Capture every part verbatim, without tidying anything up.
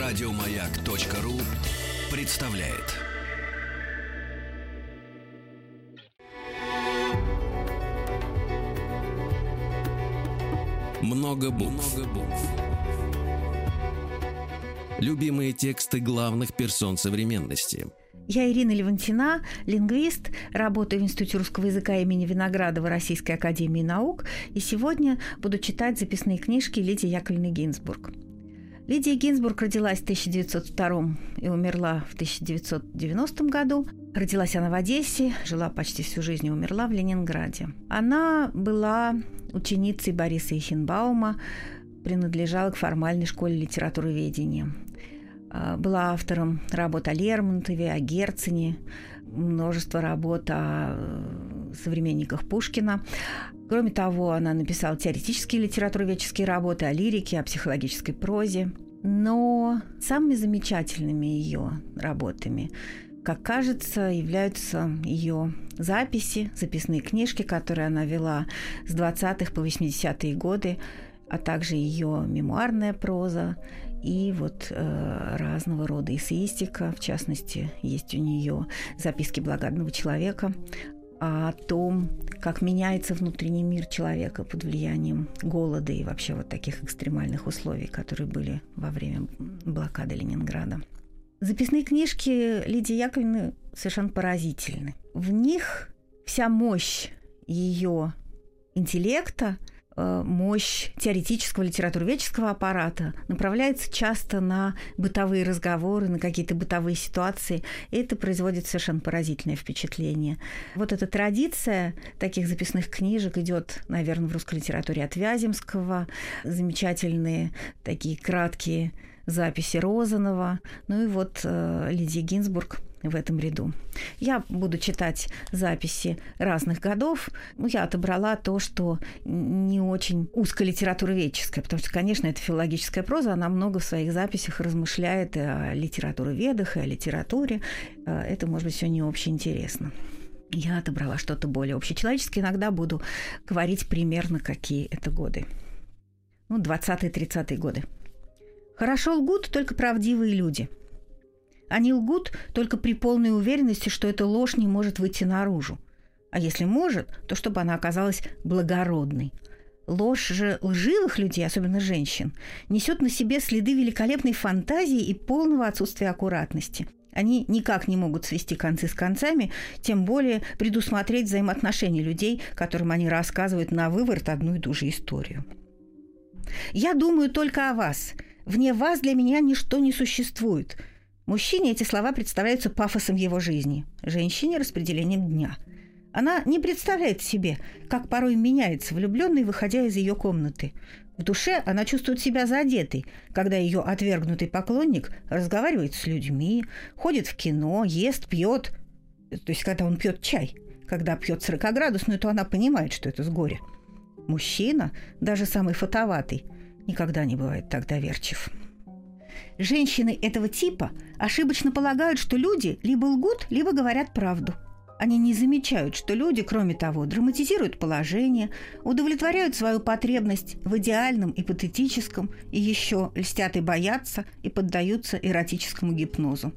Радиомаяк.ру представляет. Много букв. Любимые тексты главных персон современности. Я Ирина Левантина, лингвист, работаю в Институте русского языка имени Виноградова Российской академии наук, и сегодня буду читать записные книжки Лидии Яковлевны Гинзбург. Лидия Гинзбург родилась в тысяча девятьсот втором и умерла в тысяча девятьсот девяностом году. Родилась она в Одессе, жила почти всю жизнь и умерла в Ленинграде. Она была ученицей Бориса Эйхенбаума, принадлежала к формальной школе литературоведения. Была автором работ о Лермонтове, о Герцене, множество работ о современниках Пушкина. Кроме того, она написала теоретические литературоведческие работы о лирике, о психологической прозе. Но самыми замечательными ее работами, как кажется, являются ее записи, записные книжки, которые она вела с двадцатых по восьмидесятые годы, а также ее мемуарная проза и вот э, разного рода эссеистика. В частности, есть у нее записки благородного человека о том, как меняется внутренний мир человека под влиянием голода и вообще вот таких экстремальных условий, которые были во время блокады Ленинграда. Записные книжки Лидии Яковлевны совершенно поразительны. В них вся мощь ее интеллекта, мощь теоретического литературоведческого аппарата направляется часто на бытовые разговоры, на какие-то бытовые ситуации, и это производит совершенно поразительное впечатление. Вот эта традиция таких записных книжек идет, наверное, в русской литературе от Вяземского, замечательные такие краткие записи Розанова, ну и вот э, Лидия Гинзбург в этом ряду. Я буду читать записи разных годов. Ну, я отобрала то, что не очень узколитературоведческое, потому что, конечно, это филологическая проза, она много в своих записях размышляет и о литературоведах, и о литературе. Это, может быть, все не общеинтересно. Я отобрала что-то более общечеловеческое. Иногда буду говорить примерно, какие это годы. Ну, двадцатые-тридцатые годы. Хорошо лгут только правдивые люди. Они лгут только при полной уверенности, что эта ложь не может выйти наружу. А если может, то чтобы она оказалась благородной. Ложь же лживых людей, особенно женщин, несет на себе следы великолепной фантазии и полного отсутствия аккуратности. Они никак не могут свести концы с концами, тем более предусмотреть взаимоотношения людей, которым они рассказывают на выворот одну и ту же историю. «Я думаю только о вас. Вне вас для меня ничто не существует». Мужчине эти слова представляются пафосом его жизни, женщине – распределением дня. Она не представляет себе, как порой меняется влюбленный, выходя из ее комнаты. В душе она чувствует себя задетой, когда ее отвергнутый поклонник разговаривает с людьми, ходит в кино, ест, пьет. То есть, когда он пьет чай. Когда пьет сорокаградусную, то она понимает, что это с горя. Мужчина, даже самый фатоватый, никогда не бывает так доверчив. Женщины этого типа ошибочно полагают, что люди либо лгут, либо говорят правду. Они не замечают, что люди, кроме того, драматизируют положение, удовлетворяют свою потребность в идеальном и патетическом, и еще льстят и боятся, и поддаются эротическому гипнозу.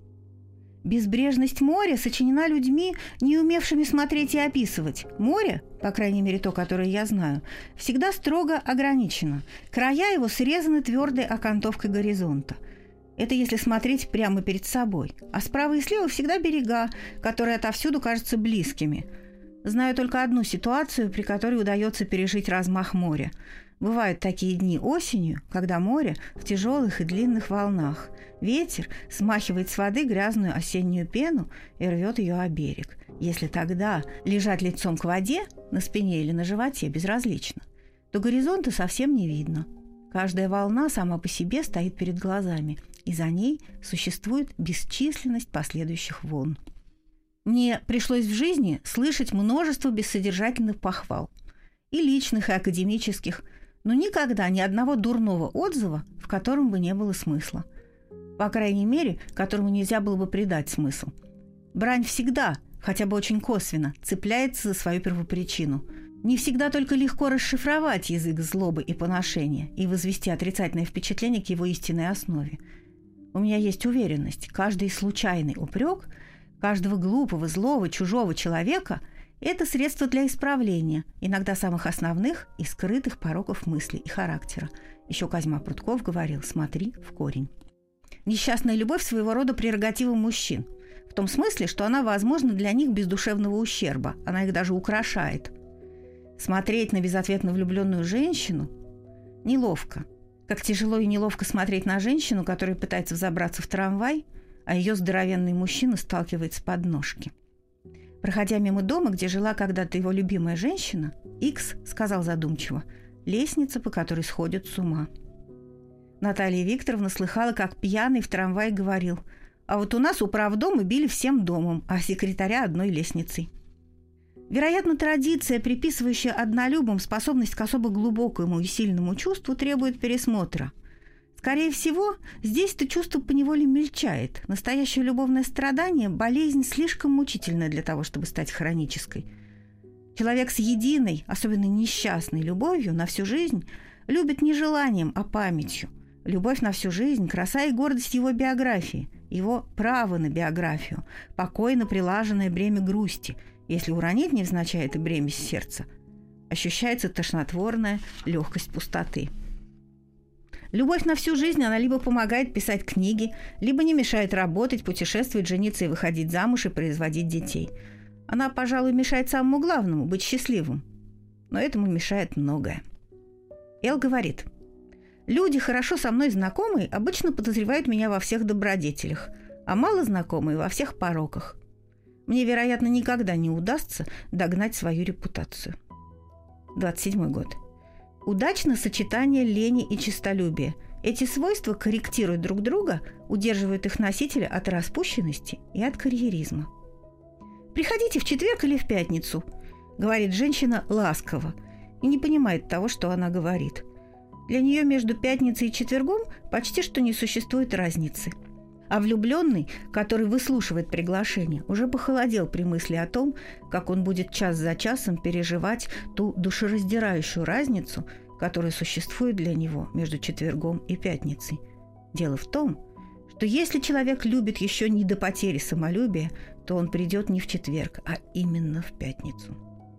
Безбрежность моря сочинена людьми, не умевшими смотреть и описывать. Море, по крайней мере то, которое я знаю, всегда строго ограничено. Края его срезаны твердой окантовкой горизонта. Это если смотреть прямо перед собой. А справа и слева всегда берега, которые отовсюду кажутся близкими. Знаю только одну ситуацию, при которой удается пережить размах моря. Бывают такие дни осенью, когда море в тяжелых и длинных волнах. Ветер смахивает с воды грязную осеннюю пену и рвет ее о берег. Если тогда лежать лицом к воде, на спине или на животе, безразлично, то горизонта совсем не видно. Каждая волна сама по себе стоит перед глазами, и за ней существует бесчисленность последующих волн. Мне пришлось в жизни слышать множество бессодержательных похвал, и личных, и академических, но никогда ни одного дурного отзыва, в котором бы не было смысла. По крайней мере, которому нельзя было бы придать смысл. Брань всегда, хотя бы очень косвенно, цепляется за свою первопричину. Не всегда только легко расшифровать язык злобы и поношения и возвести отрицательное впечатление к его истинной основе. У меня есть уверенность, каждый случайный упрек каждого глупого, злого, чужого человека – это средство для исправления иногда самых основных и скрытых пороков мысли и характера. Еще Козьма Прутков говорил: «Смотри в корень». Несчастная любовь своего рода прерогатива мужчин. В том смысле, что она возможна для них без душевного ущерба. Она их даже украшает. Смотреть на безответно влюбленную женщину неловко. Как тяжело и неловко смотреть на женщину, которая пытается взобраться в трамвай, а ее здоровенный мужчина сталкивает с подножки. Проходя мимо дома, где жила когда-то его любимая женщина, Икс сказал задумчиво: «Лестница, по которой сходят с ума». Наталья Викторовна слыхала, как пьяный в трамвае говорил: «А вот у нас управдома били всем домом, а секретаря одной лестницей». Вероятно, традиция, приписывающая однолюбам способность к особо глубокому и сильному чувству, требует пересмотра. Скорее всего, здесь это чувство поневоле мельчает. Настоящее любовное страдание – болезнь слишком мучительная для того, чтобы стать хронической. Человек с единой, особенно несчастной любовью на всю жизнь любит не желанием, а памятью. Любовь на всю жизнь – краса и гордость его биографии, его право на биографию, покойно прилаженное бремя грусти. Если уронить невзначай это бремя с сердца, ощущается тошнотворная легкость пустоты. Любовь на всю жизнь, она либо помогает писать книги, либо не мешает работать, путешествовать, жениться и выходить замуж и производить детей. Она, пожалуй, мешает самому главному – быть счастливым. Но этому мешает многое. Эл говорит: «Люди, хорошо со мной знакомые, обычно подозревают меня во всех добродетелях, а мало знакомые – во всех пороках. Мне, вероятно, никогда не удастся догнать свою репутацию». двадцать седьмой год. Удачно сочетание лени и честолюбия. Эти свойства корректируют друг друга, удерживают их носителя от распущенности и от карьеризма. «Приходите в четверг или в пятницу», — говорит женщина ласково, и не понимает того, что она говорит. Для нее между пятницей и четвергом почти что не существует разницы. А влюбленный, который выслушивает приглашение, уже похолодел при мысли о том, как он будет час за часом переживать ту душераздирающую разницу, которая существует для него между четвергом и пятницей. Дело в том, что если человек любит еще не до потери самолюбия, то он придет не в четверг, а именно в пятницу.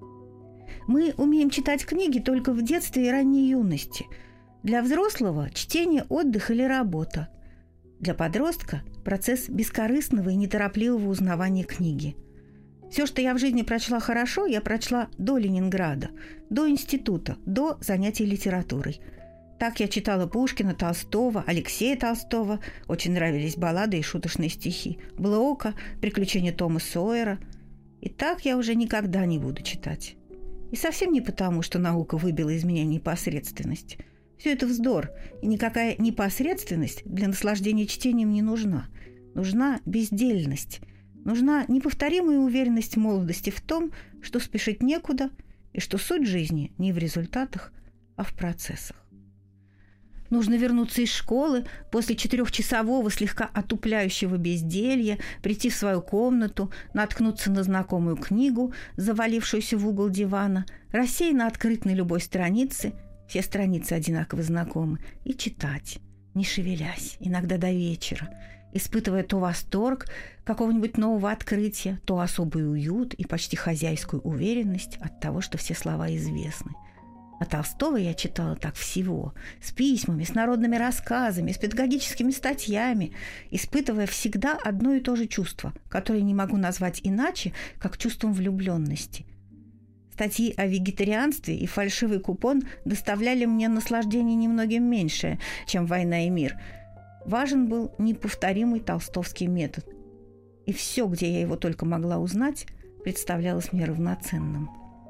Мы умеем читать книги только в детстве и ранней юности. Для взрослого – чтение, отдых или работа. Для подростка – процесс бескорыстного и неторопливого узнавания книги. Все, что я в жизни прочла хорошо, я прочла до Ленинграда, до института, до занятий литературой. Так я читала Пушкина, Толстого, Алексея Толстого, очень нравились баллады и шуточные стихи, Блока, «Приключения Тома Сойера». И так я уже никогда не буду читать. И совсем не потому, что наука выбила из меня непосредственность. Все это вздор, и никакая непосредственность для наслаждения чтением не нужна. Нужна бездельность, нужна неповторимая уверенность молодости в том, что спешить некуда, и что суть жизни не в результатах, а в процессах. Нужно вернуться из школы после четырехчасового слегка отупляющего безделья, прийти в свою комнату, наткнуться на знакомую книгу, завалившуюся в угол дивана, рассеянно открыть на любой странице, все страницы одинаково знакомы, и читать, не шевелясь, иногда до вечера, испытывая то восторг какого-нибудь нового открытия, то особый уют и почти хозяйскую уверенность от того, что все слова известны. А Толстого я читала так всего, с письмами, с народными рассказами, с педагогическими статьями, испытывая всегда одно и то же чувство, которое не могу назвать иначе, как чувством влюбленности. Статьи о вегетарианстве и фальшивый купон доставляли мне наслаждение немногим меньшее, чем «Война и мир». Важен был неповторимый толстовский метод. И все, где я его только могла узнать, представлялось мне равноценным.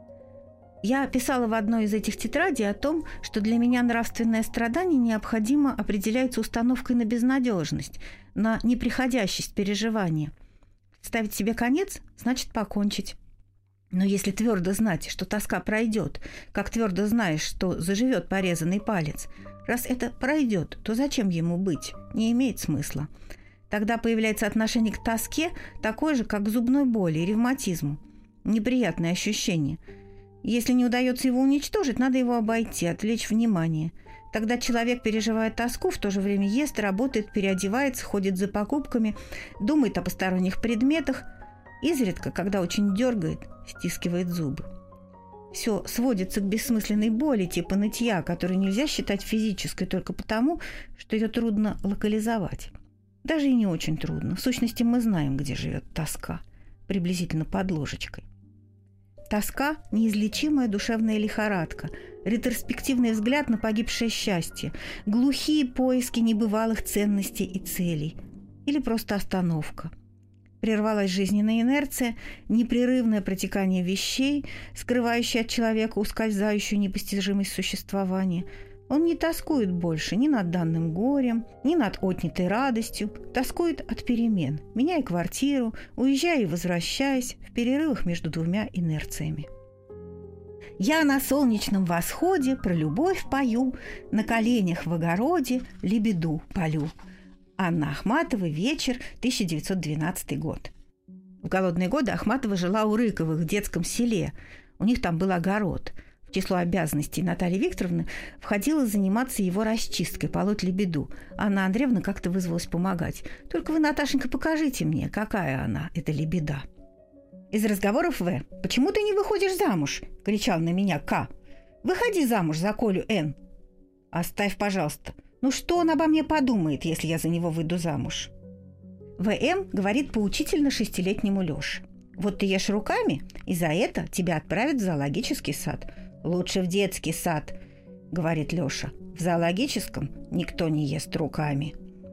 Я писала в одной из этих тетрадей о том, что для меня нравственное страдание необходимо определяется установкой на безнадежность, на неприходящесть переживания. Ставить себе конец – значит покончить. Но если твердо знать, что тоска пройдет, как твердо знаешь, что заживет порезанный палец, раз это пройдет, то зачем ему быть? Не имеет смысла. Тогда появляется отношение к тоске такое же, как к зубной боли и ревматизму. Неприятное ощущение. Если не удается его уничтожить, надо его обойти, отвлечь внимание. Тогда человек переживает тоску, в то же время ест, работает, переодевается, ходит за покупками, думает о посторонних предметах, изредка, когда очень дергает, стискивает зубы. Все сводится к бессмысленной боли типа нытья, которую нельзя считать физической только потому, что ее трудно локализовать. Даже и не очень трудно. В сущности, мы знаем, где живет тоска, приблизительно под ложечкой. Тоска – неизлечимая душевная лихорадка, ретроспективный взгляд на погибшее счастье, глухие поиски небывалых ценностей и целей. Или просто остановка. Прервалась жизненная инерция, непрерывное протекание вещей, скрывающее от человека ускользающую непостижимость существования. Он не тоскует больше ни над данным горем, ни над отнятой радостью, тоскует от перемен, меняя квартиру, уезжая и возвращаясь в перерывах между двумя инерциями. «Я на солнечном восходе про любовь пою, на коленях в огороде лебеду полю». Анна Ахматова, вечер, тысяча девятьсот двенадцатый год. В голодные годы Ахматова жила у Рыковых в детском селе. У них там был огород. В число обязанностей Натальи Викторовны входило заниматься его расчисткой, полоть лебеду. Анна Андреевна как-то вызвалась помогать. «Только вы, Наташенька, покажите мне, какая она, эта лебеда». Из разговоров В. «Почему ты не выходишь замуж?» – кричал на меня К. «Выходи замуж за Колю Н». «Оставь, пожалуйста. Ну что он обо мне подумает, если я за него выйду замуж?» В М говорит поучительно шестилетнему Лёше: «Вот ты ешь руками, и за это тебя отправят в зоологический сад». «Лучше в детский сад», — говорит Лёша. «В зоологическом никто не ест руками».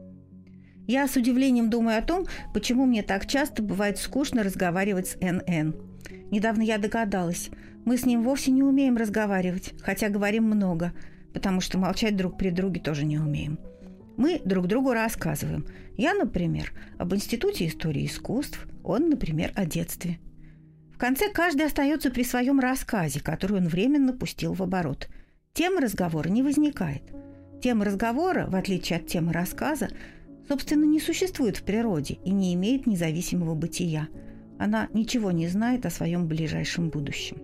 Я с удивлением думаю о том, почему мне так часто бывает скучно разговаривать с Эн Эн. Недавно я догадалась, мы с ним вовсе не умеем разговаривать, хотя говорим много, потому что молчать друг при друге тоже не умеем. Мы друг другу рассказываем. Я, например, об Институте истории искусств, он, например, о детстве. В конце каждый остается при своем рассказе, который он временно пустил в оборот. Темы разговора не возникает. Тема разговора, в отличие от темы рассказа, собственно, не существует в природе и не имеет независимого бытия. Она ничего не знает о своем ближайшем будущем.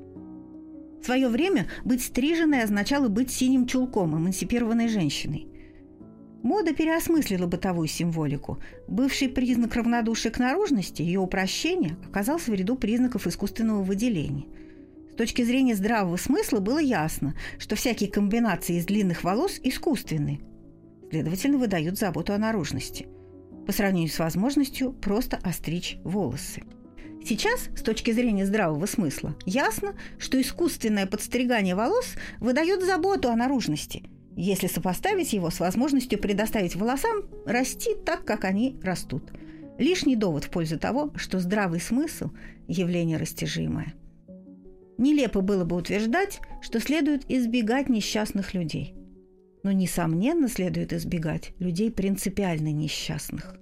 В свое время быть стриженной означало быть синим чулком, эмансипированной женщиной. Мода переосмыслила бытовую символику. Бывший признак равнодушия к наружности, ее упрощение, оказался в ряду признаков искусственного выделения. С точки зрения здравого смысла было ясно, что всякие комбинации из длинных волос искусственны. Следовательно, выдают заботу о наружности, по сравнению с возможностью просто остричь волосы. Сейчас, с точки зрения здравого смысла, ясно, что искусственное подстригание волос выдает заботу о наружности, если сопоставить его с возможностью предоставить волосам расти так, как они растут. Лишний довод в пользу того, что здравый смысл – явление растяжимое. Нелепо было бы утверждать, что следует избегать несчастных людей. Но, несомненно, следует избегать людей принципиально несчастных.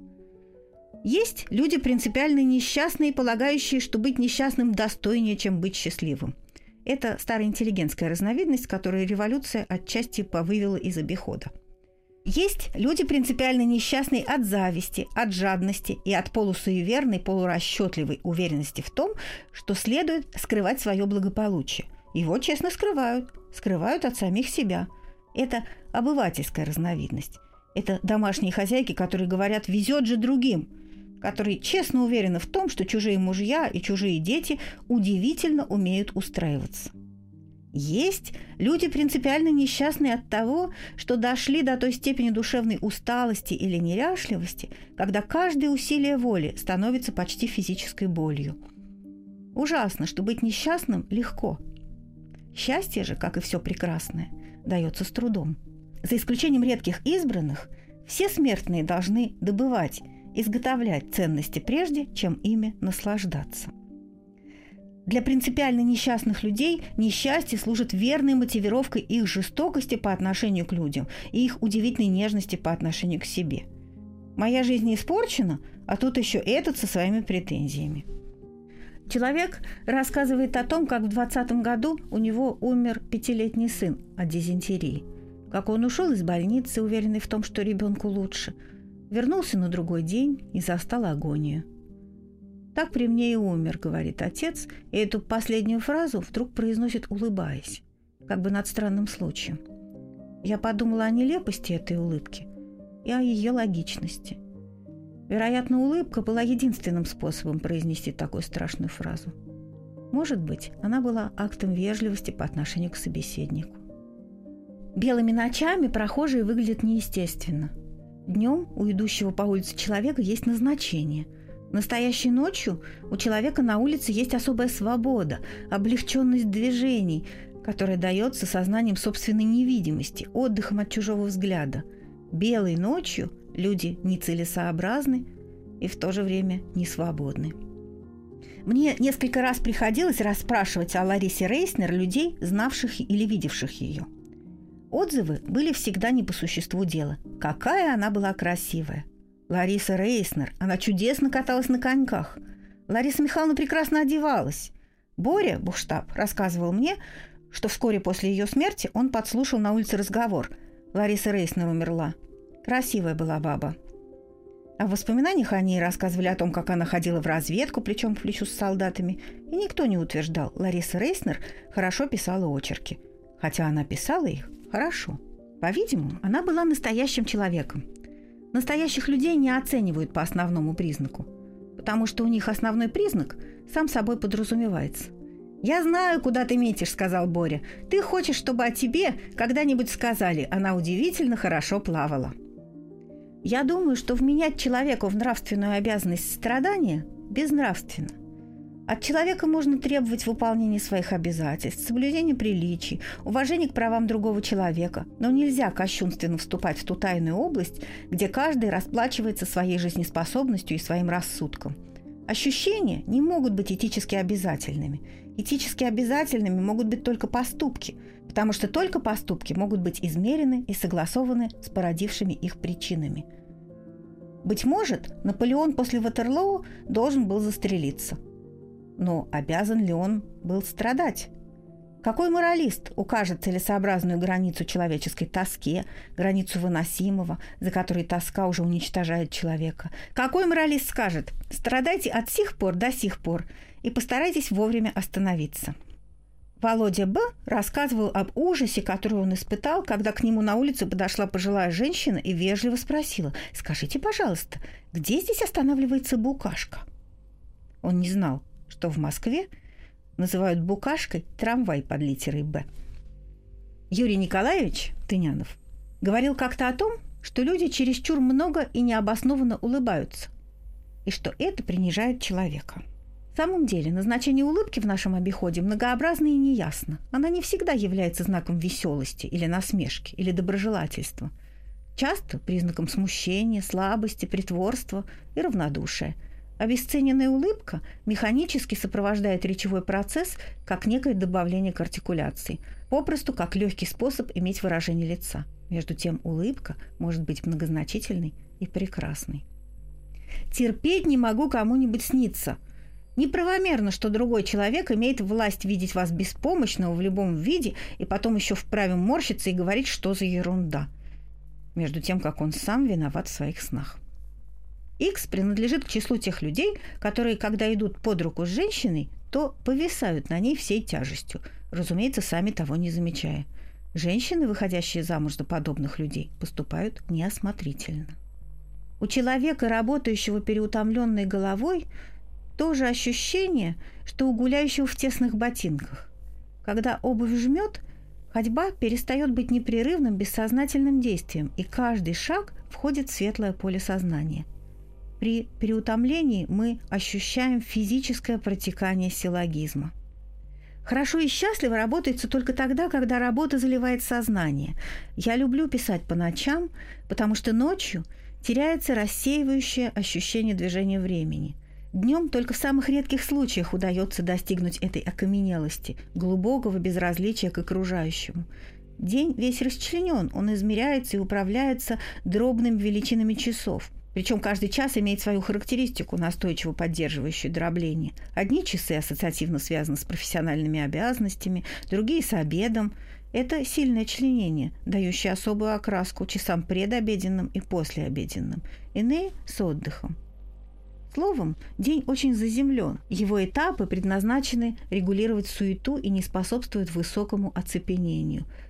Есть люди принципиально несчастные, полагающие, что быть несчастным достойнее, чем быть счастливым. Это староинтеллигентская разновидность, которую революция отчасти повывела из обихода. Есть люди принципиально несчастные от зависти, от жадности и от полусуеверной, полурасчетливой уверенности в том, что следует скрывать свое благополучие. Его честно скрывают, скрывают от самих себя. Это обывательская разновидность. Это домашние хозяйки, которые говорят «везет же другим», которые честно уверены в том, что чужие мужья и чужие дети удивительно умеют устраиваться. Есть люди принципиально несчастные от того, что дошли до той степени душевной усталости или неряшливости, когда каждое усилие воли становится почти физической болью. Ужасно, что быть несчастным легко. Счастье же, как и все прекрасное, дается с трудом. За исключением редких избранных, все смертные должны добывать, изготовлять ценности прежде, чем ими наслаждаться. Для принципиально несчастных людей несчастье служит верной мотивировкой их жестокости по отношению к людям и их удивительной нежности по отношению к себе. Моя жизнь испорчена, а тут еще этот со своими претензиями. Человек рассказывает о том, как в двадцатом году у него умер пятилетний сын от дизентерии, как он ушел из больницы, уверенный в том, что ребенку лучше, вернулся на другой день и застал агонию. «Так при мне и умер», — говорит отец, и эту последнюю фразу вдруг произносит, улыбаясь, как бы над странным случаем. Я подумала о нелепости этой улыбки и о ее логичности. Вероятно, улыбка была единственным способом произнести такую страшную фразу. Может быть, она была актом вежливости по отношению к собеседнику. Белыми ночами прохожие выглядят неестественно. Днем у идущего по улице человека есть назначение. Настоящей ночью у человека на улице есть особая свобода, облегченность движений, которая дается сознанием собственной невидимости, отдыхом от чужого взгляда. Белой ночью люди нецелесообразны и в то же время несвободны. Мне несколько раз приходилось расспрашивать о Ларисе Рейснер людей, знавших или видевших ее. Отзывы были всегда не по существу дела. Какая она была красивая! Лариса Рейснер, она чудесно каталась на коньках. Лариса Михайловна прекрасно одевалась. Боря Бухштаб рассказывал мне, что вскоре после ее смерти он подслушал на улице разговор. Лариса Рейснер умерла. Красивая была баба. А в воспоминаниях о ней рассказывали о том, как она ходила в разведку плечом к плечу с солдатами. И никто не утверждал, Лариса Рейснер хорошо писала очерки. Хотя она писала их хорошо. По-видимому, она была настоящим человеком. Настоящих людей не оценивают по основному признаку, потому что у них основной признак сам собой подразумевается. «Я знаю, куда ты метишь», — сказал Боря. «Ты хочешь, чтобы о тебе когда-нибудь сказали, она удивительно хорошо плавала». Я думаю, что вменять человеку в нравственную обязанность страдания безнравственно. От человека можно требовать выполнения своих обязательств, соблюдения приличий, уважения к правам другого человека, но нельзя кощунственно вступать в ту тайную область, где каждый расплачивается своей жизнеспособностью и своим рассудком. Ощущения не могут быть этически обязательными. Этически обязательными могут быть только поступки, потому что только поступки могут быть измерены и согласованы с породившими их причинами. Быть может, Наполеон после Ватерлоу должен был застрелиться. Но обязан ли он был страдать? Какой моралист укажет целесообразную границу человеческой тоске, границу выносимого, за которой тоска уже уничтожает человека? Какой моралист скажет: страдайте от сих пор до сих пор и постарайтесь вовремя остановиться? Володя Б. рассказывал об ужасе, который он испытал, когда к нему на улицу подошла пожилая женщина и вежливо спросила: «Скажите, пожалуйста, где здесь останавливается букашка?» Он не знал, что в Москве называют букашкой трамвай под литерой «Б». Юрий Николаевич Тынянов говорил как-то о том, что люди чересчур много и необоснованно улыбаются, и что это принижает человека. В самом деле, назначение улыбки в нашем обиходе многообразно и неясно. Она не всегда является знаком веселости или насмешки, или доброжелательства. Часто признаком смущения, слабости, притворства и равнодушия. Обесцененная улыбка механически сопровождает речевой процесс как некое добавление к артикуляции, попросту как легкий способ иметь выражение лица. Между тем улыбка может быть многозначительной и прекрасной. «Терпеть не могу кому-нибудь сниться». Неправомерно, что другой человек имеет власть видеть вас беспомощного в любом виде и потом еще вправе морщиться и говорить, что за ерунда, между тем, как он сам виноват в своих снах. Икс принадлежит к числу тех людей, которые, когда идут под руку с женщиной, то повисают на ней всей тяжестью, разумеется, сами того не замечая. Женщины, выходящие замуж за подобных людей, поступают неосмотрительно. У человека, работающего переутомленной головой, тоже ощущение, что у гуляющего в тесных ботинках. Когда обувь жмет, ходьба перестает быть непрерывным бессознательным действием, и каждый шаг входит в светлое поле сознания. При переутомлении мы ощущаем физическое протекание силлогизма. Хорошо и счастливо работается только тогда, когда работа заливает сознание. Я люблю писать по ночам, потому что ночью теряется рассеивающее ощущение движения времени. Днем только в самых редких случаях удается достигнуть этой окаменелости, глубокого безразличия к окружающему. День весь расчленен, он измеряется и управляется дробными величинами часов. Причем каждый час имеет свою характеристику, настойчиво поддерживающую дробление. Одни часы ассоциативно связаны с профессиональными обязанностями, другие – с обедом. Это сильное членение, дающее особую окраску часам предобеденным и послеобеденным. Иные – с отдыхом. Словом, день очень заземлен. Его этапы предназначены регулировать суету и не способствуют высокому оцепенению.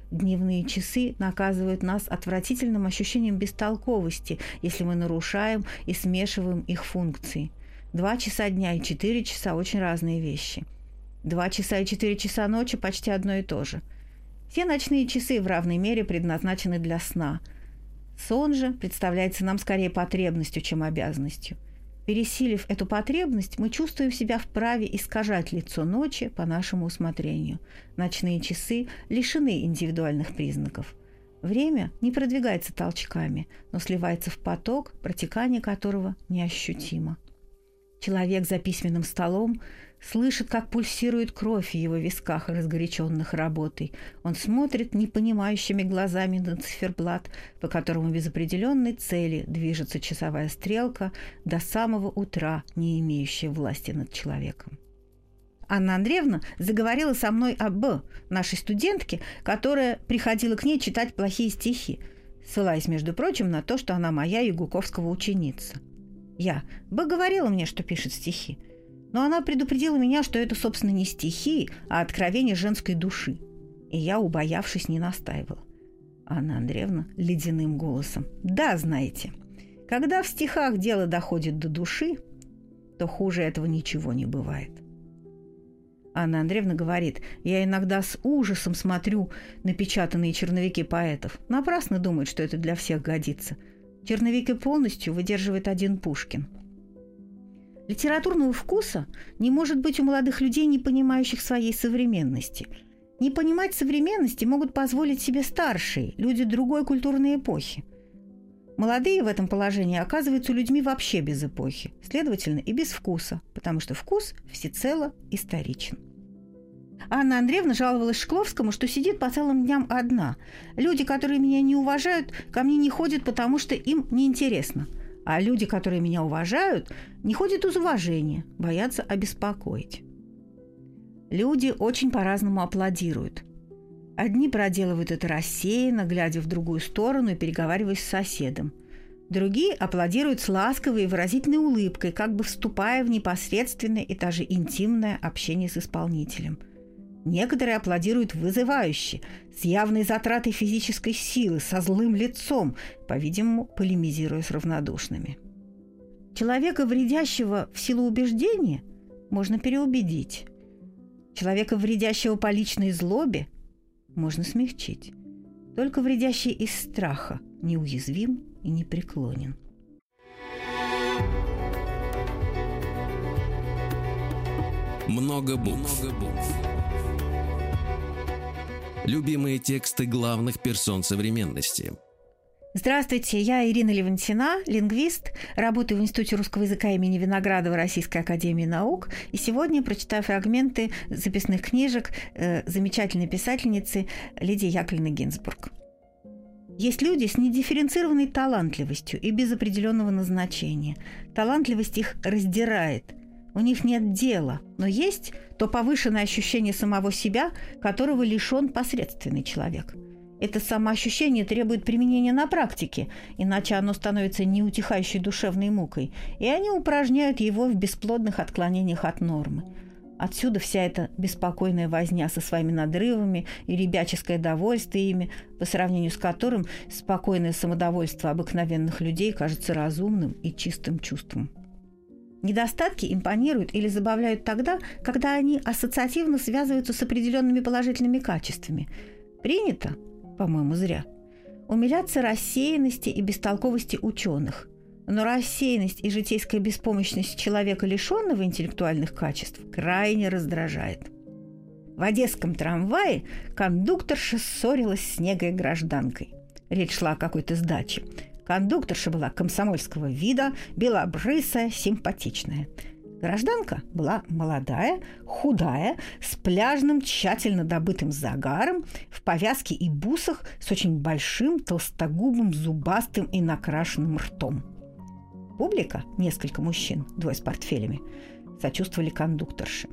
Дневные часы наказывают нас отвратительным ощущением бестолковости, если мы нарушаем и смешиваем их функции. Два часа дня и четыре часа – очень разные вещи. Два часа и четыре часа ночи – почти одно и то же. Все ночные часы в равной мере предназначены для сна. Сон же представляется нам скорее потребностью, чем обязанностью. Пересилив эту потребность, мы чувствуем себя вправе искажать лицо ночи по нашему усмотрению. Ночные часы лишены индивидуальных признаков. Время не продвигается толчками, но сливается в поток, протекание которого неощутимо. Человек за письменным столом слышит, как пульсирует кровь в его висках, разгоряченных работой. Он смотрит непонимающими глазами на циферблат, по которому без определенной цели движется часовая стрелка до самого утра, не имеющая власти над человеком. Анна Андреевна заговорила со мной об нашей студентке, которая приходила к ней читать плохие стихи, ссылаясь, между прочим, на то, что она моя Ягуковского ученица. Я. Б говорила мне, что пишет стихи. Но она предупредила меня, что это, собственно, не стихи, а откровение женской души. И я, убоявшись, не настаивала. Анна Андреевна ледяным голосом. Да, знаете, когда в стихах дело доходит до души, то хуже этого ничего не бывает. Анна Андреевна говорит, я иногда с ужасом смотрю напечатанные черновики поэтов. Напрасно думают, что это для всех годится. Черновики полностью выдерживает один Пушкин. Литературного вкуса не может быть у молодых людей, не понимающих своей современности. Не понимать современности могут позволить себе старшие, люди другой культурной эпохи. Молодые в этом положении оказываются людьми вообще без эпохи, следовательно, и без вкуса, потому что вкус всецело историчен. Анна Андреевна жаловалась Шкловскому, что сидит по целым дням одна. Люди, которые меня не уважают, ко мне не ходят, потому что им неинтересно. А люди, которые меня уважают, не ходят из уважения, боятся обеспокоить. Люди очень по-разному аплодируют. Одни проделывают это рассеянно, глядя в другую сторону и переговариваясь с соседом. Другие аплодируют с ласковой и выразительной улыбкой, как бы вступая в непосредственное и даже интимное общение с исполнителем. Некоторые аплодируют вызывающе, с явной затратой физической силы, со злым лицом, по-видимому, полемизируя с равнодушными. Человека, вредящего в силу убеждения, можно переубедить. Человека, вредящего по личной злобе, можно смягчить. Только вредящий из страха неуязвим и непреклонен. Много букв. Много букв. Любимые тексты главных персон современности. Здравствуйте, я Ирина Левантина, лингвист, работаю в Институте русского языка имени Виноградова Российской академии наук. И сегодня прочитаю фрагменты записных книжек э, замечательной писательницы Лидии Яковлевны Гинзбург. Есть люди с недифференцированной талантливостью и без определенного назначения. Талантливость их раздирает. У них нет дела, но есть то повышенное ощущение самого себя, которого лишен посредственный человек. Это самоощущение требует применения на практике, иначе оно становится неутихающей душевной мукой, и они упражняют его в бесплодных отклонениях от нормы. Отсюда вся эта беспокойная возня со своими надрывами и ребяческое довольствие ими, по сравнению с которым спокойное самодовольство обыкновенных людей кажется разумным и чистым чувством. Недостатки импонируют или забавляют тогда, когда они ассоциативно связываются с определенными положительными качествами. Принято, по-моему, зря, умиляться рассеянности и бестолковости ученых. Но рассеянность и житейская беспомощность человека, лишенного интеллектуальных качеств, крайне раздражает. В одесском трамвае кондукторша ссорилась с негой гражданкой. Речь шла о какой-то сдаче. Кондукторша была комсомольского вида, белобрысая, симпатичная. Гражданка была молодая, худая, с пляжным, тщательно добытым загаром, в повязке и бусах, с очень большим, толстогубым, зубастым и накрашенным ртом. Публика, несколько мужчин, двое с портфелями, сочувствовали кондукторше.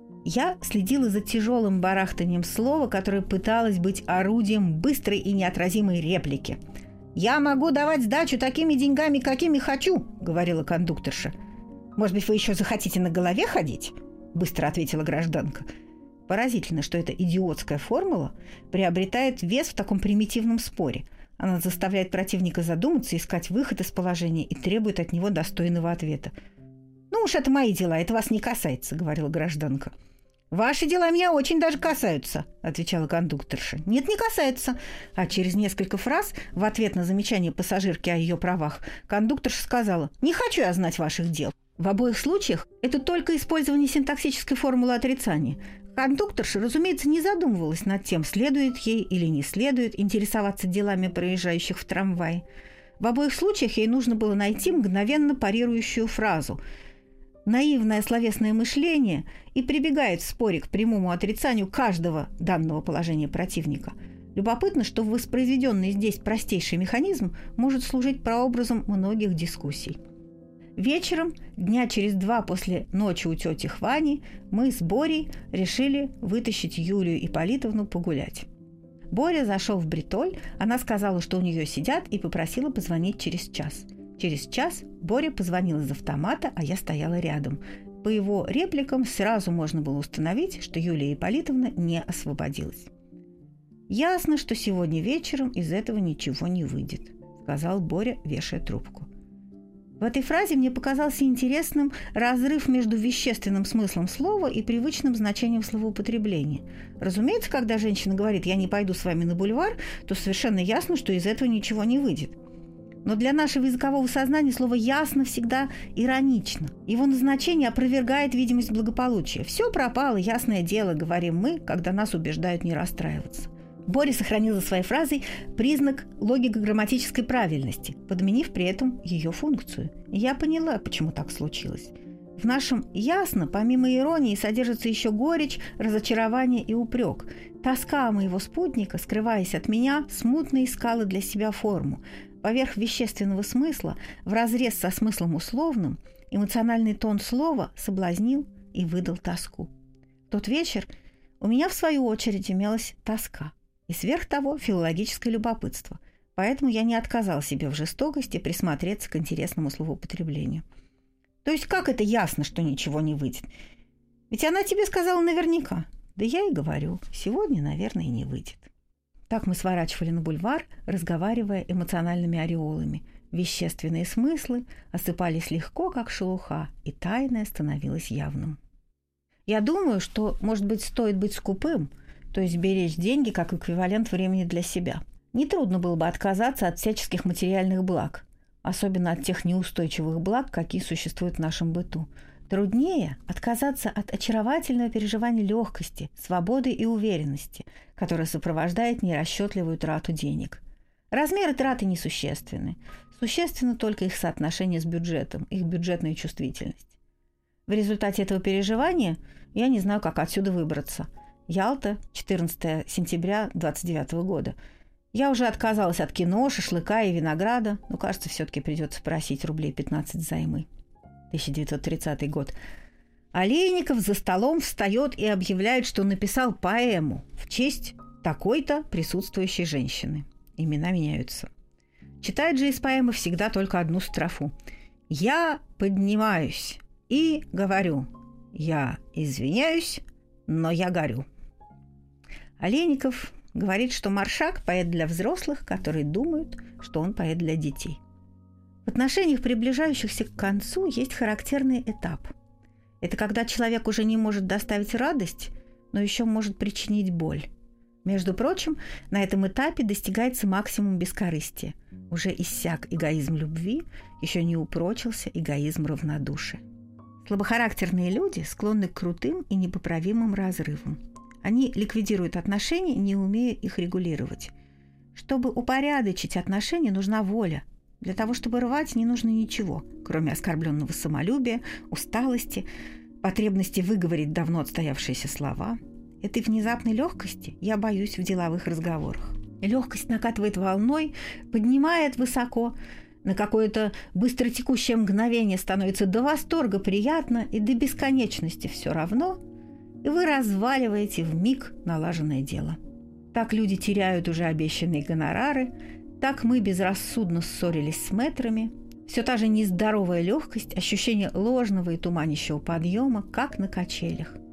Я следила за тяжелым барахтанием слова, которое пыталось быть орудием быстрой и неотразимой реплики. «Я могу давать сдачу такими деньгами, какими хочу», — говорила кондукторша. «Может быть, вы еще захотите на голове ходить?» — быстро ответила гражданка. Поразительно, что эта идиотская формула приобретает вес в таком примитивном споре. Она заставляет противника задуматься, искать выход из положения и требует от него достойного ответа. «Ну уж это мои дела, это вас не касается», — говорила гражданка. «Ваши дела меня очень даже касаются», — отвечала кондукторша. «Нет, не касается». А через несколько фраз в ответ на замечание пассажирки о ее правах кондукторша сказала: «Не хочу я знать ваших дел». В обоих случаях это только использование синтаксической формулы отрицания. Кондукторша, разумеется, не задумывалась над тем, следует ей или не следует интересоваться делами проезжающих в трамвае. В обоих случаях ей нужно было найти мгновенно парирующую фразу. Наивное словесное мышление и прибегает в споре к прямому отрицанию каждого данного положения противника. Любопытно, что воспроизведенный здесь простейший механизм может служить прообразом многих дискуссий. Вечером, дня через два после ночи у тети Хвани, мы с Борей решили вытащить Юлию Ипполитовну погулять. Боря зашел в Бритоль, она сказала, что у нее сидят, и попросила позвонить через час. Через час Боря позвонил из автомата, а я стояла рядом. По его репликам сразу можно было установить, что Юлия Ипполитовна не освободилась. «Ясно, что сегодня вечером из этого ничего не выйдет», — сказал Боря, вешая трубку. В этой фразе мне показался интересным разрыв между вещественным смыслом слова и привычным значением словоупотребления. Разумеется, когда женщина говорит «я не пойду с вами на бульвар», то совершенно ясно, что из этого ничего не выйдет. Но для нашего языкового сознания слово «ясно» всегда иронично. Его назначение опровергает видимость благополучия. «Все пропало, ясное дело», — говорим мы, когда нас убеждают не расстраиваться. Боря сохранил за своей фразой признак логико-грамматической правильности, подменив при этом ее функцию. И я поняла, почему так случилось. В нашем «ясно» помимо иронии содержится еще горечь, разочарование и упрек. Тоска моего спутника, скрываясь от меня, смутно искала для себя форму. Поверх вещественного смысла, вразрез со смыслом условным, эмоциональный тон слова соблазнил и выдал тоску. В тот вечер у меня, в свою очередь, имелась тоска. И сверх того филологическое любопытство. Поэтому я не отказал себе в жестокости присмотреться к интересному словоупотреблению. То есть как это ясно, что ничего не выйдет? Ведь она тебе сказала наверняка. Да я и говорю, сегодня, наверное, и не выйдет. Так мы сворачивали на бульвар, разговаривая эмоциональными ореолами. Вещественные смыслы осыпались легко, как шелуха, и тайное становилось явным. Я думаю, что, может быть, стоит быть скупым, то есть беречь деньги как эквивалент времени для себя. Нетрудно было бы отказаться от всяческих материальных благ, особенно от тех неустойчивых благ, какие существуют в нашем быту. Труднее отказаться от очаровательного переживания легкости, свободы и уверенности, которое сопровождает нерасчетливую трату денег. Размеры траты несущественны. Существенно только их соотношение с бюджетом, их бюджетная чувствительность. В результате этого переживания я не знаю, как отсюда выбраться. Ялта, четырнадцатого сентября двадцать девятого года. Я уже отказалась от кино, шашлыка и винограда, но, кажется, все-таки придется просить рублей пятнадцать взаймы. тысяча девятьсот тридцатый год. Олейников за столом встает и объявляет, что написал поэму в честь такой-то присутствующей женщины. Имена меняются. Читает же из поэмы всегда только одну строфу. «Я поднимаюсь и говорю, я извиняюсь, но я горю». Олейников говорит, что Маршак – поэт для взрослых, которые думают, что он поэт для детей. В отношениях, приближающихся к концу, есть характерный этап. Это когда человек уже не может доставить радость, но еще может причинить боль. Между прочим, на этом этапе достигается максимум бескорыстия. Уже иссяк эгоизм любви, еще не упрочился эгоизм равнодушия. Слабохарактерные люди склонны к крутым и непоправимым разрывам. Они ликвидируют отношения, не умея их регулировать. Чтобы упорядочить отношения, нужна воля. Для того, чтобы рвать, не нужно ничего, кроме оскорбленного самолюбия, усталости, потребности выговорить давно отстоявшиеся слова. Этой внезапной легкости я боюсь в деловых разговорах. Легкость накатывает волной, поднимает высоко, на какое-то быстротекущее мгновение становится до восторга приятно и до бесконечности все равно, и вы разваливаете вмиг налаженное дело. Так люди теряют уже обещанные гонорары, так мы безрассудно ссорились с мэтрами. Все та же нездоровая легкость, ощущение ложного и туманящего подъема, как на качелях.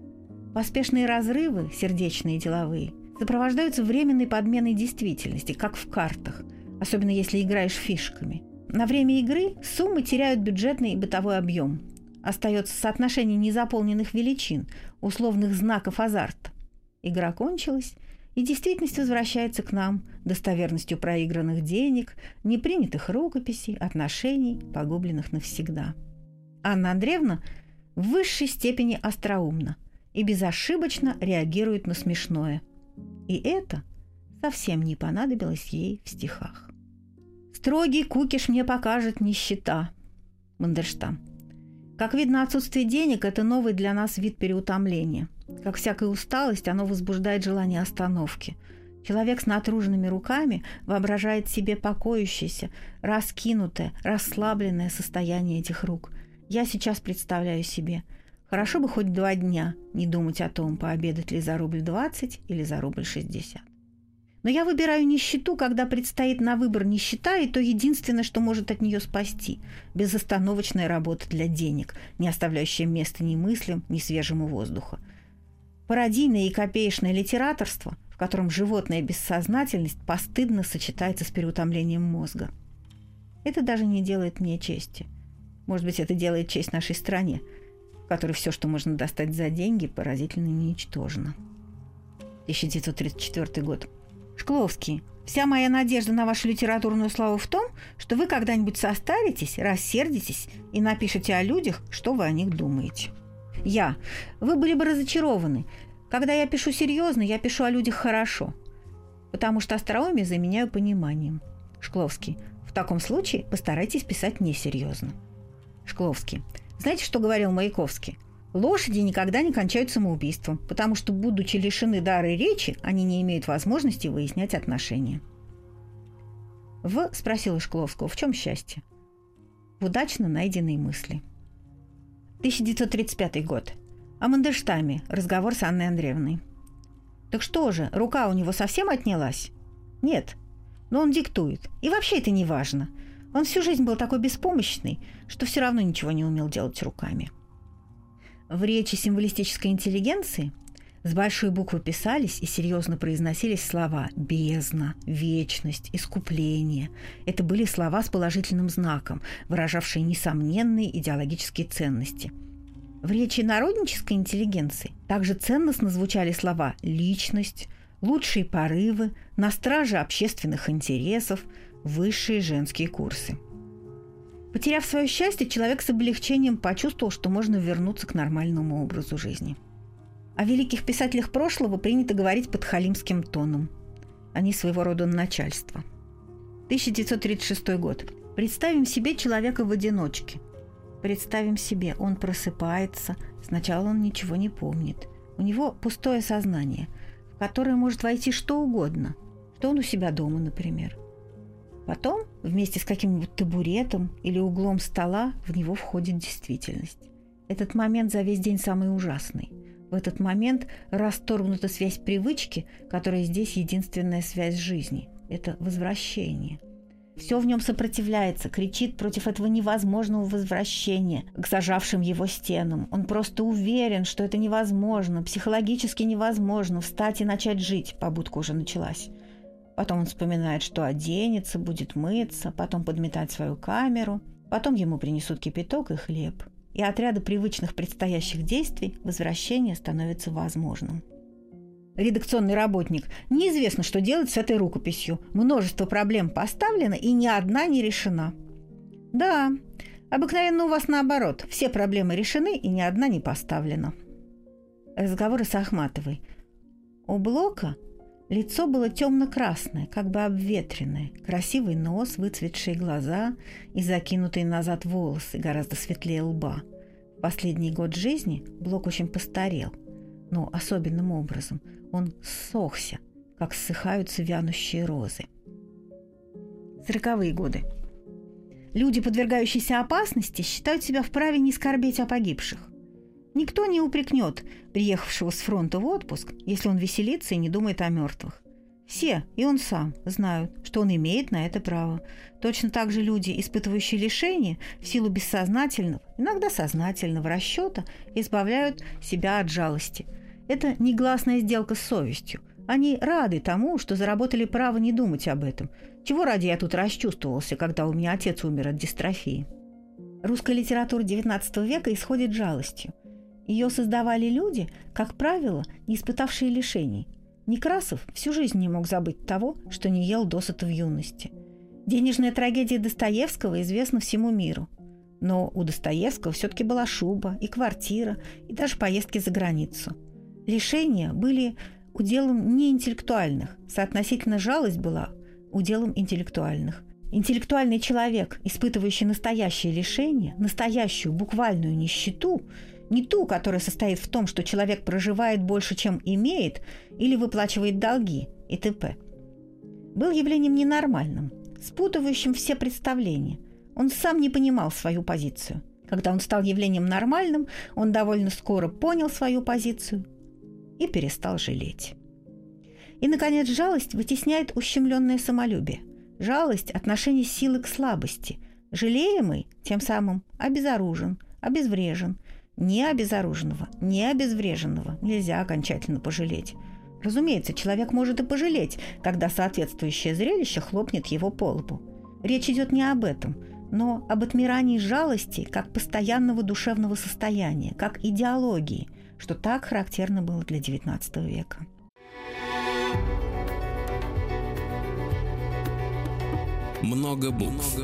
Поспешные разрывы, сердечные и деловые, сопровождаются временной подменой действительности, как в картах, особенно если играешь фишками. На время игры суммы теряют бюджетный и бытовой объем. Остается соотношение незаполненных величин, условных знаков азарта. Игра кончилась, и действительность возвращается к нам достоверностью проигранных денег, непринятых рукописей, отношений, погубленных навсегда. Анна Андреевна в высшей степени остроумна и безошибочно реагирует на смешное. И это совсем не понадобилось ей в стихах. «Строгий кукиш мне покажет нищета». Мандельштам. Как видно, отсутствие денег – это новый для нас вид переутомления. Как всякая усталость, оно возбуждает желание остановки. Человек с натруженными руками воображает себе покоящееся, раскинутое, расслабленное состояние этих рук. Я сейчас представляю себе. Хорошо бы хоть два дня не думать о том, пообедать ли за рубль двадцать или за рубль шестьдесят. Но я выбираю нищету, когда предстоит на выбор нищета, и то единственное, что может от нее спасти – безостановочная работа для денег, не оставляющая места ни мыслям, ни свежему воздуху. Пародийное и копеечное литераторство, в котором животная бессознательность постыдно сочетается с переутомлением мозга. Это даже не делает мне чести. Может быть, это делает честь нашей стране, в которой все, что можно достать за деньги, поразительно ничтожно. тысяча девятьсот тридцать четвёртый год. Шкловский. Вся моя надежда на вашу литературную славу в том, что вы когда-нибудь состаритесь, рассердитесь и напишете о людях, что вы о них думаете. Я. Вы были бы разочарованы. Когда я пишу серьезно, я пишу о людях хорошо, потому что остроумие заменяю пониманием. Шкловский. В таком случае постарайтесь писать несерьезно. Шкловский. Знаете, что говорил Маяковский? Лошади никогда не кончают самоубийством, потому что, будучи лишены дара речи, они не имеют возможности выяснять отношения. В. Спросила Шкловского, в чем счастье? В удачно найденной мысли. тысяча девятьсот тридцать пятый год. О Мандельштаме. Разговор с Анной Андреевной. Так что же, рука у него совсем отнялась? Нет, но он диктует. И вообще это не важно. Он всю жизнь был такой беспомощный, что все равно ничего не умел делать руками. В речи символистической интеллигенции с большой буквы писались и серьезно произносились слова «бездна», «вечность», «искупление». Это были слова с положительным знаком, выражавшие несомненные идеологические ценности. В речи народнической интеллигенции также ценностно звучали слова «личность», «лучшие порывы», «на страже общественных интересов», «высшие женские курсы». Потеряв свое счастье, человек с облегчением почувствовал, что можно вернуться к нормальному образу жизни. О великих писателях прошлого принято говорить подхалимским тоном. Они своего рода начальство. тысяча девятьсот тридцать шестой год. Представим себе человека в одиночке. Представим себе, он просыпается, сначала он ничего не помнит. У него пустое сознание, в которое может войти что угодно, что он у себя дома, например. Потом, вместе с каким-нибудь табуретом или углом стола, в него входит действительность. Этот момент за весь день самый ужасный. В этот момент расторгнута связь привычки, которая здесь единственная связь жизни. Это возвращение. Все в нем сопротивляется, кричит против этого невозможного возвращения к зажавшим его стенам. Он просто уверен, что это невозможно, психологически невозможно встать и начать жить. Побудка уже началась. Потом он вспоминает, что оденется, будет мыться, потом подметать свою камеру. Потом ему принесут кипяток и хлеб. И от ряда привычных предстоящих действий возвращение становится возможным. Редакционный работник. Неизвестно, что делать с этой рукописью. Множество проблем поставлено, и ни одна не решена. Да, обыкновенно у вас наоборот. Все проблемы решены, и ни одна не поставлена. Разговоры с Ахматовой. У Блока лицо было темно-красное, как бы обветренное, красивый нос, выцветшие глаза и закинутые назад волосы, гораздо светлее лба. В последний год жизни Блок очень постарел, но особенным образом он ссохся, как ссыхаются вянущие розы. Сороковые годы. Люди, подвергающиеся опасности, считают себя вправе не скорбеть о погибших. Никто не упрекнет приехавшего с фронта в отпуск, если он веселится и не думает о мертвых. Все, и он сам, знают, что он имеет на это право. Точно так же люди, испытывающие лишение, в силу бессознательного, иногда сознательного расчета, избавляют себя от жалости. Это негласная сделка с совестью. Они рады тому, что заработали право не думать об этом. Чего ради я тут расчувствовался, когда у меня отец умер от дистрофии? Русская литература девятнадцатого века исходит жалостью. Ее создавали люди, как правило, не испытавшие лишений. Некрасов всю жизнь не мог забыть того, что не ел досыта в юности. Денежная трагедия Достоевского известна всему миру. Но у Достоевского все-таки была шуба, и квартира, и даже поездки за границу. Лишения были уделом не интеллектуальных, соотносительно жалость была уделом интеллектуальных. Интеллектуальный человек, испытывающий настоящее лишение, настоящую буквальную нищету, не ту, которая состоит в том, что человек проживает больше, чем имеет, или выплачивает долги и т.п., был явлением ненормальным, спутывающим все представления. Он сам не понимал свою позицию. Когда он стал явлением нормальным, он довольно скоро понял свою позицию и перестал жалеть. И, наконец, жалость вытесняет ущемленное самолюбие. Жалость – отношение силы к слабости. Жалеемый тем самым обезоружен, обезврежен. Не обезоруженного, не обезвреженного нельзя окончательно пожалеть. Разумеется, человек может и пожалеть, когда соответствующее зрелище хлопнет его по лбу. Речь идет не об этом, но об отмирании жалости как постоянного душевного состояния, как идеологии, что так характерно было для девятнадцатого века. Много букв.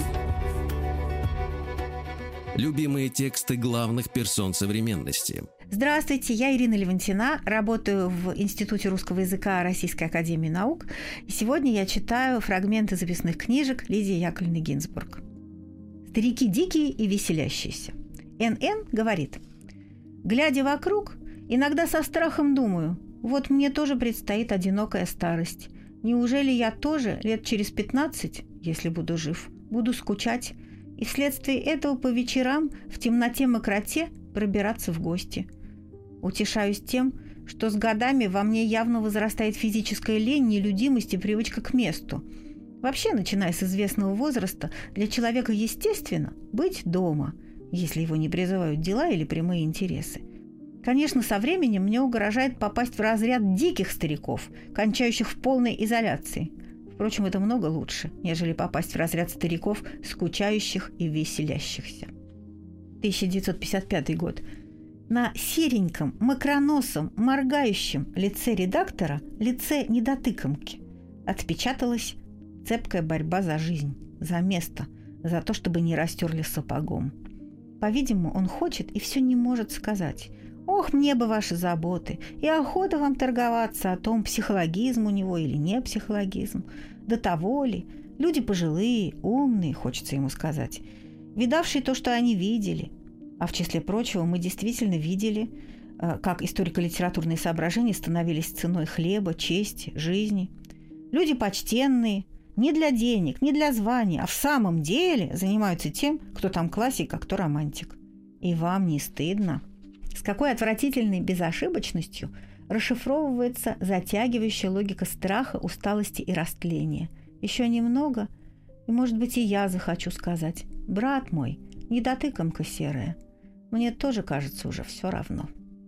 Любимые тексты главных персон современности. Здравствуйте, я Ирина Левантина, работаю в Институте русского языка Российской академии наук. И сегодня я читаю фрагменты записных книжек Лидии Яковлевны Гинзбург. «Старики дикие и веселящиеся». Эн Эн говорит: «Глядя вокруг, иногда со страхом думаю, вот мне тоже предстоит одинокая старость. Неужели я тоже лет через пятнадцать, если буду жив, буду скучать и вследствие этого по вечерам в темноте-мокроте пробираться в гости? Утешаюсь тем, что с годами во мне явно возрастает физическая лень, нелюдимость и привычка к месту. Вообще, начиная с известного возраста, для человека естественно быть дома, если его не призывают дела или прямые интересы. Конечно, со временем мне угрожает попасть в разряд диких стариков, кончающих в полной изоляции. Впрочем, это много лучше, нежели попасть в разряд стариков, скучающих и веселящихся». тысяча девятьсот пятьдесят пятый год. На сереньком, мокроносом, моргающем лице редактора, лице недотыкомки, отпечаталась цепкая борьба за жизнь, за место, за то, чтобы не растерли сапогом. По-видимому, он хочет и все не может сказать. «Ох, мне бы ваши заботы, и охота вам торговаться о том, психологизм у него или не психологизм, до того ли. Люди пожилые, умные, хочется ему сказать, видавшие то, что они видели». А в числе прочего мы действительно видели, как историко-литературные соображения становились ценой хлеба, чести, жизни. Люди почтенные, не для денег, не для звания, а в самом деле занимаются тем, кто там классик, а кто романтик. И вам не стыдно? С какой отвратительной безошибочностью расшифровывается затягивающая логика страха, усталости и растления. Еще немного, и, может быть, и я захочу сказать: «Брат мой, недотыкомка серая, мне тоже кажется уже все равно».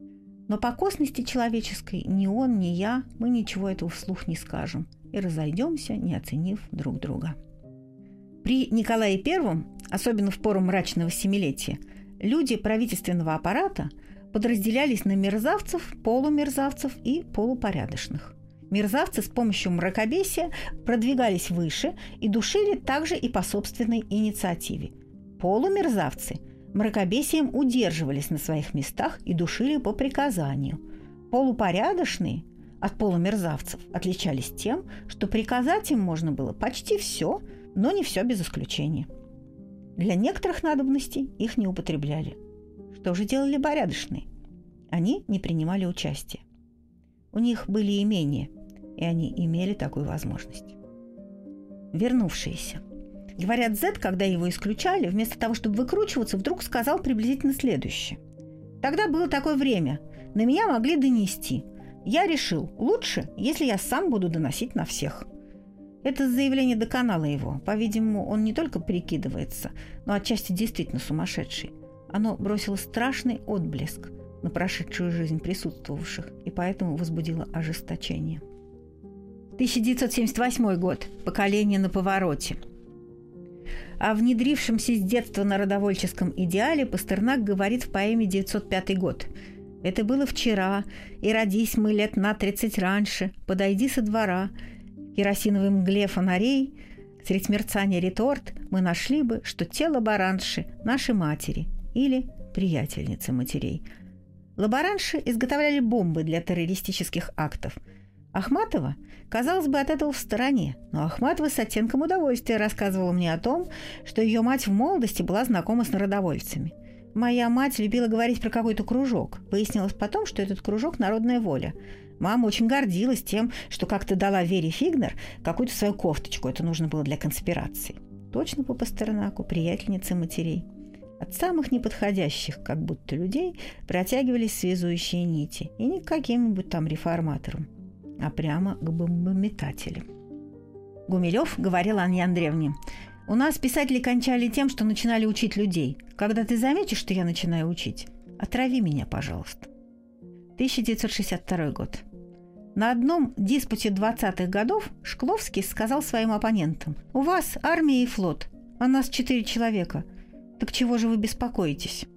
Но по косности человеческой ни он, ни я, мы ничего этого вслух не скажем и разойдемся, не оценив друг друга. При Николае Первом, особенно в пору мрачного семилетия, люди правительственного аппарата подразделялись на мерзавцев, полумерзавцев и полупорядочных. Мерзавцы с помощью мракобесия продвигались выше и душили также и по собственной инициативе. Полумерзавцы мракобесием удерживались на своих местах и душили по приказанию. Полупорядочные от полумерзавцев отличались тем, что приказать им можно было почти все, но не все без исключения. Для некоторых надобностей их не употребляли. Что же делали порядочные? Они не принимали участия. У них были имения, и они имели такую возможность. Вернувшиеся. Говорят, Зет, когда его исключали, вместо того, чтобы выкручиваться, вдруг сказал приблизительно следующее: «Тогда было такое время. На меня могли донести. Я решил, лучше, если я сам буду доносить на всех». Это заявление доконало его. По-видимому, он не только прикидывается, но отчасти действительно сумасшедший. Оно бросило страшный отблеск на прошедшую жизнь присутствовавших и поэтому возбудило ожесточение. тысяча девятьсот семьдесят восьмой год. Поколение на повороте. О внедрившемся с детства народовольческом идеале Пастернак говорит в поэме «девятьсот пятый год». «Это было вчера, и родись мы лет на тридцать раньше, подойди со двора, керосиновой мгле фонарей, средь мерцания реторт мы нашли бы, что те лаборанши – наши матери или приятельницы матерей». Лаборанши изготовляли бомбы для террористических актов. Ахматова, казалось бы, от этого в стороне, но Ахматова с оттенком удовольствия рассказывала мне о том, что ее мать в молодости была знакома с народовольцами. Моя мать любила говорить про какой-то кружок. Выяснилось потом, что этот кружок – народная воля. Мама очень гордилась тем, что как-то дала Вере Фигнер какую-то свою кофточку. Это нужно было для конспирации. Точно по Пастернаку, приятельницы матерей. От самых неподходящих, как будто людей, протягивались связующие нити. И не к каким-нибудь там реформаторам, а прямо к бомбометателям. Гумилев говорил Анне Андреевне: «У нас писатели кончали тем, что начинали учить людей. Когда ты заметишь, что я начинаю учить, отрави меня, пожалуйста». тысяча девятьсот шестьдесят второй год. На одном диспуте двадцатых годов Шкловский сказал своим оппонентам: «У вас армия и флот, а нас четыре человека. Так чего же вы беспокоитесь?»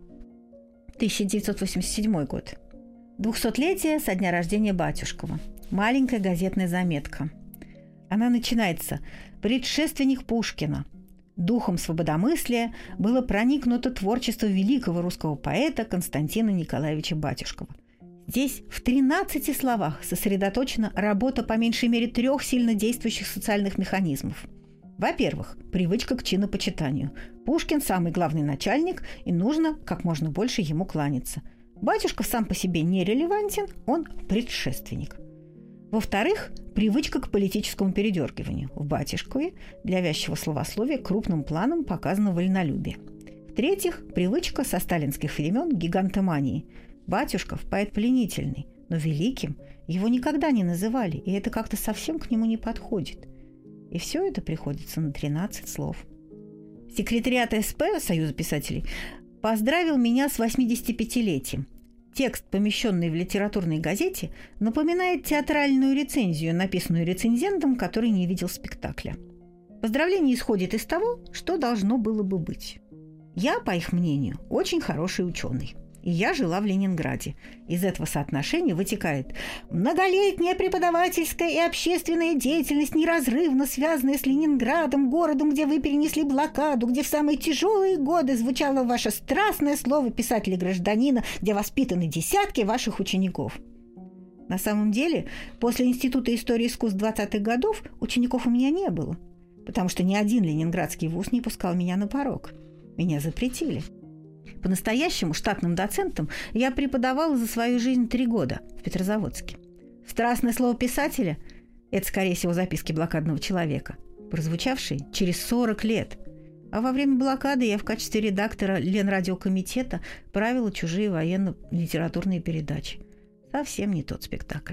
тысяча девятьсот восемьдесят седьмой год. Двухсотлетие со дня рождения Батюшкова. Маленькая газетная заметка. Она начинается: «Предшественник Пушкина. Духом свободомыслия было проникнуто творчество великого русского поэта Константина Николаевича Батюшкова. Здесь в тринадцати словах сосредоточена работа по меньшей мере трех сильно действующих социальных механизмов. Во-первых, привычка к чинопочитанию. Пушкин – самый главный начальник, и нужно как можно больше ему кланяться. Батюшков сам по себе нерелевантен, он предшественник. Во-вторых, привычка к политическому передергиванию. В Батюшкове для вязчего словословия крупным планом показано вольнолюбие. В-третьих, привычка со сталинских времен к гигантомании. Батюшков – поэт пленительный, но великим его никогда не называли, и это как-то совсем к нему не подходит. И все это приходится на тринадцать слов. Секретариат СП Союза писателей поздравил меня с восьмидесятипятилетием. Текст, помещенный в литературной газете, напоминает театральную рецензию, написанную рецензентом, который не видел спектакля. Поздравление исходит из того, что должно было бы быть. Я, по их мнению, очень хороший ученый. И я жила в Ленинграде. Из этого соотношения вытекает: многолетняя преподавательская и общественная деятельность, неразрывно связанная с Ленинградом, городом, где вы перенесли блокаду, где в самые тяжелые годы звучало ваше страстное слово писателя-гражданина, где воспитаны десятки ваших учеников. На самом деле, после Института истории искусств двадцатых годов учеников у меня не было, потому что ни один ленинградский вуз не пускал меня на порог. Меня запретили. По-настоящему штатным доцентом я преподавала за свою жизнь три года в Петрозаводске. Страстное слово писателя – это, скорее всего, записки блокадного человека, прозвучавшие через сорок лет. А во время блокады я в качестве редактора Ленрадиокомитета правила чужие военно-литературные передачи. Совсем не тот спектакль.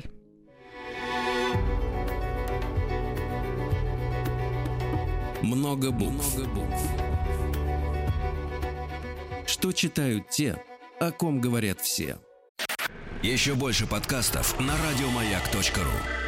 Много букв. Много букв. Что читают те, о ком говорят все. Еще больше подкастов на радиомаяк точка ру.